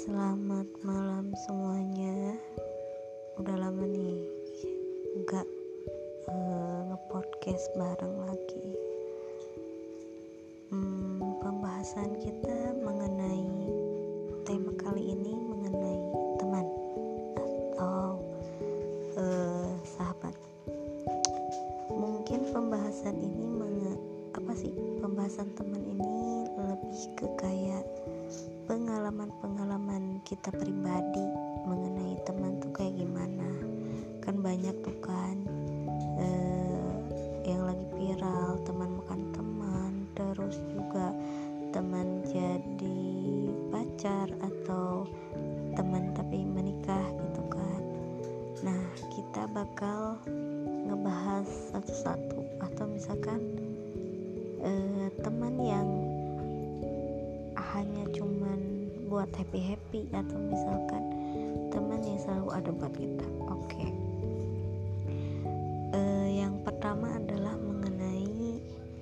Selamat malam semuanya. Udah lama nih nggak nge-podcast bareng lagi. Pembahasan kita mengenai tema kali ini mengenai teman atau sahabat. Mungkin pembahasan ini pembahasan teman ini lebih ke kayak pengalaman kita pribadi mengenai teman tuh kayak gimana. Kan banyak tuh kan yang lagi viral, teman makan teman, terus juga teman jadi pacar atau teman tapi menikah gitu kan. Nah, kita bakal ngebahas satu-satu, atau misalkan teman yang hanya cuman buat happy, atau misalkan teman yang selalu ada buat kita. Oke. Yang pertama adalah mengenai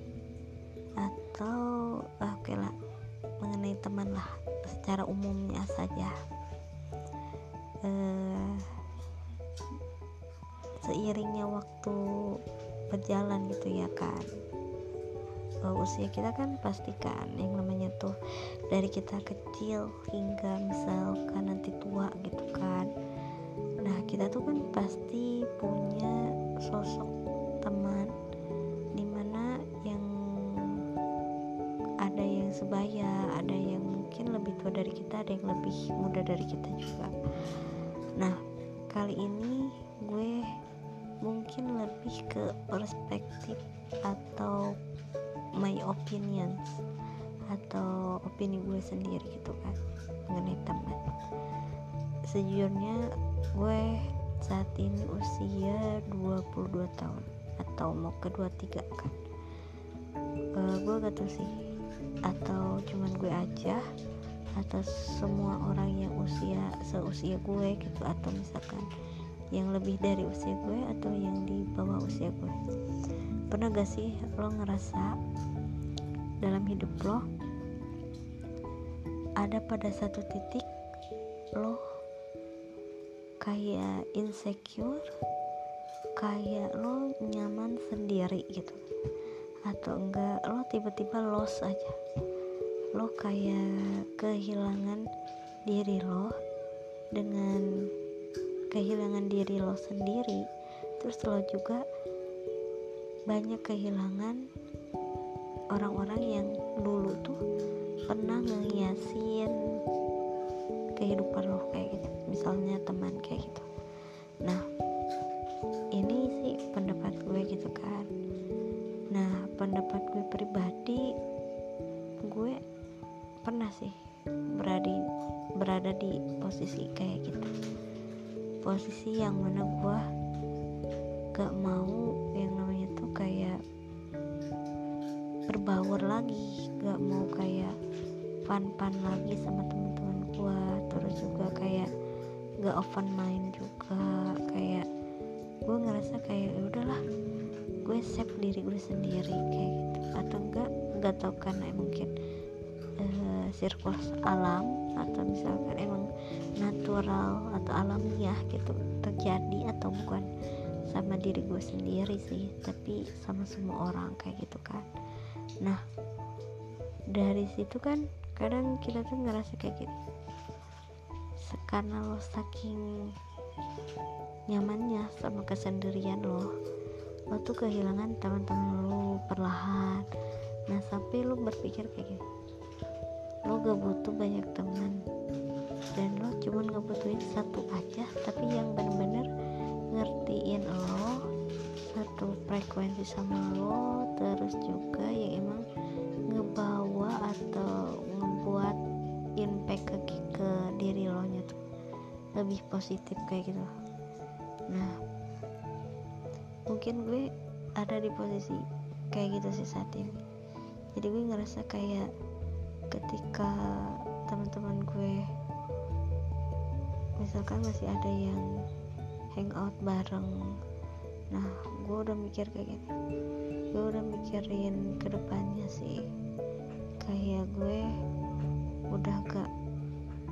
mengenai teman lah, secara umumnya saja. Seiringnya waktu berjalan gitu ya kan, usia kita kan pastikan yang namanya tuh dari kita kecil hingga misalkan nanti tua gitu kan. Nah, kita tuh kan pasti punya sosok teman dimana yang ada yang sebaya, ada yang mungkin lebih tua dari kita, ada yang lebih muda dari kita juga. Nah, kali ini gue mungkin lebih ke perspektif atau my opinions atau opini gue sendiri gitu kan mengenai teman. Sejujurnya gue saat ini usia 22 tahun atau mau ke 23 kan. Gue gak tahu sih, atau cuman gue aja atau semua orang yang seusia gue gitu, atau misalkan yang lebih dari usia gue atau yang di bawah usia gue. Pernah gak sih lo ngerasa dalam hidup lo ada pada satu titik lo kayak insecure, kayak lo nyaman sendiri gitu, atau enggak lo tiba-tiba lost aja, lo kayak kehilangan diri lo. Dengan kehilangan diri lo sendiri, terus lo juga banyak kehilangan orang-orang yang dulu tuh pernah ngehiasin kehidupan lo kayak gitu, misalnya teman kayak gitu. Nah, ini sih pendapat gue gitu kan. Nah, pendapat gue pribadi, gue pernah sih berada di posisi kayak gitu, posisi yang mana gue gak mau yang namanya tuh kayak berbaur lagi, gak mau kayak fun lagi sama teman-teman gue, terus juga kayak gak open mind juga, kayak gue ngerasa kayak ya udahlah, gue save diri gue sendiri kayak gitu. Atau enggak tahu karena mungkin sirkus alam, atau misalkan emang natural atau alamiah gitu terjadi, atau bukan sama diri gue sendiri sih, tapi sama semua orang kayak gitu kan. Nah, dari situ kan kadang kita tuh ngerasa kayak gitu, karena lo saking nyamannya sama kesendirian lo tuh kehilangan teman-teman lo perlahan. Nah, sampai lo berpikir kayak gitu, lo gak butuh banyak teman, dan lo cuman ngebutuhin satu aja, tapi yang bener-bener ngertiin lo, satu frekuensi sama lo, terus juga yang emang ngebawa atau ngebuat impact ke diri lo nya tuh lebih positif kayak gitu. Nah, mungkin gue ada di posisi kayak gitu sih saat ini. Jadi gue ngerasa kayak ketika teman-teman gue misalkan masih ada yang hangout bareng, nah gue udah mikir kayak gini, gue udah mikirin kedepannya sih, kayak gue udah gak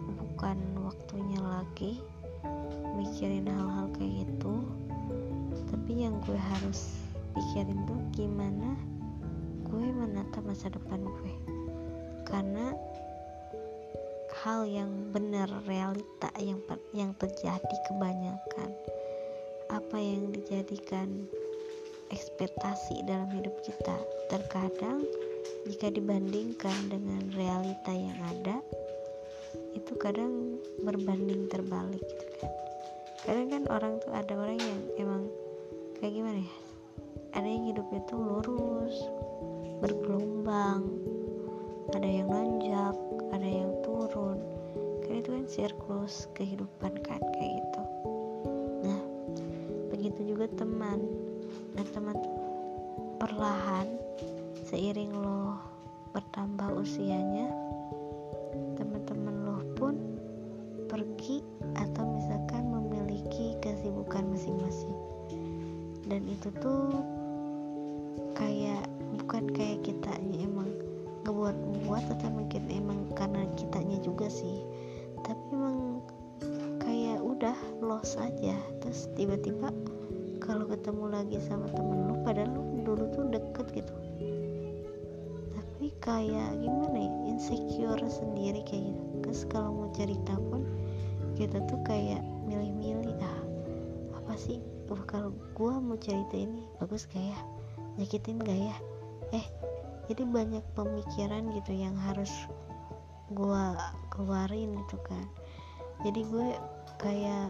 bukan waktunya lagi mikirin hal-hal kayak gitu. Tapi yang gue harus pikirin tuh gimana gue menata masa depan gue, karena hal yang benar, realita yang terjadi kebanyakan, apa yang dijadikan ekspektasi dalam hidup kita, terkadang jika dibandingkan dengan realita yang ada, itu kadang berbanding terbalik gitu kan. Kadang kan ada orang yang emang kayak gimana ya, ada yang hidupnya tuh lurus, bergelombang, ada yang nanjak, ada yang turun, kan itu kan siklus kehidupan kan, kayak gitu. Nah, begitu juga teman. Nah, teman tuh perlahan seiring lo bertambah usianya, teman-teman lo pun pergi atau misalkan memiliki kesibukan masing-masing. Dan itu tuh kayak bukan kayak kitanya emang ngebuat atau mungkin emang karena kitanya juga sih, tapi emang kayak udah lost aja. Terus tiba-tiba kalau ketemu lagi sama temen lu, padahal lu dulu tuh deket gitu, tapi kayak gimana ya, insecure sendiri kayak gitu. Terus kalau mau cerita pun kita tuh kayak milih-milih, apa sih, kalau gua mau cerita ini bagus gak ya, nyakitin gak ya, jadi banyak pemikiran gitu yang harus gua keluarin gitu kan. Jadi gue kayak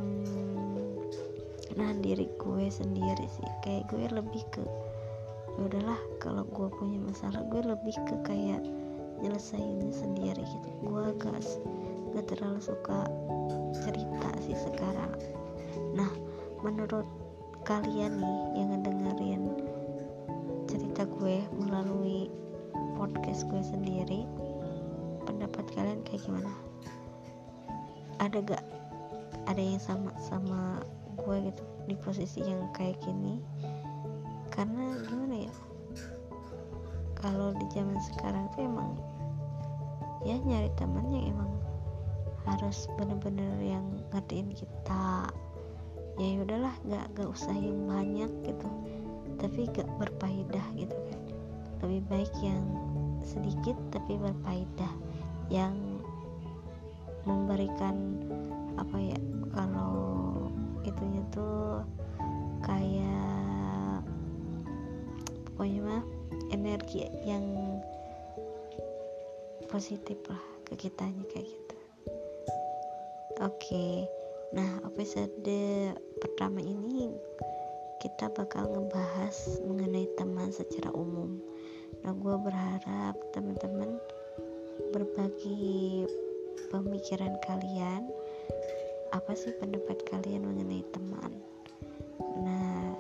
nahan diri gue sendiri sih, kayak gue lebih ke ya udahlah, kalau gue punya masalah gue lebih ke kayak nyelesainnya sendiri gitu. Gue gak terlalu suka cerita sih sekarang. Nah, menurut kalian nih yang ngedengerin cerita gue melalui podcast gue sendiri, pendapat kalian kayak gimana? Ada yang sama gue gitu di posisi yang kayak gini? Karena gimana ya, kalau di zaman sekarang tuh emang ya nyari teman yang emang harus bener-bener yang ngertiin kita. Ya udahlah, gak usah yang banyak gitu, tapi gak berfaedah gitu kan. Lebih baik yang sedikit tapi berfaedah, yang memberikan apa ya, kalau itunya tuh kayak pokoknya mah energi yang positif lah ke kitanya kayak gitu. Oke. Nah, episode pertama ini kita bakal ngebahas mengenai teman secara umum. Nah, gue berharap teman-teman berbagi pemikiran kalian, apa sih pendapat kalian mengenai teman. Nah,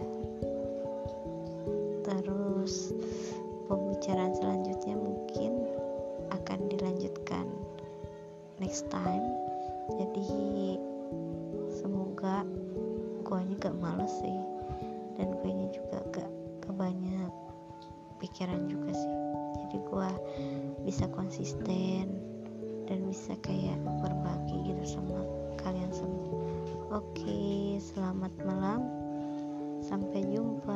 terus pembicaraan selanjutnya mungkin akan dilanjutkan next time. Jadi semoga guanya gak males sih, dan guanya juga gak banyak pikiran juga sih. Jadi gua bisa konsisten dan bisa kayak berbagi gitu sama kalian semua. Oke, selamat malam, sampai jumpa.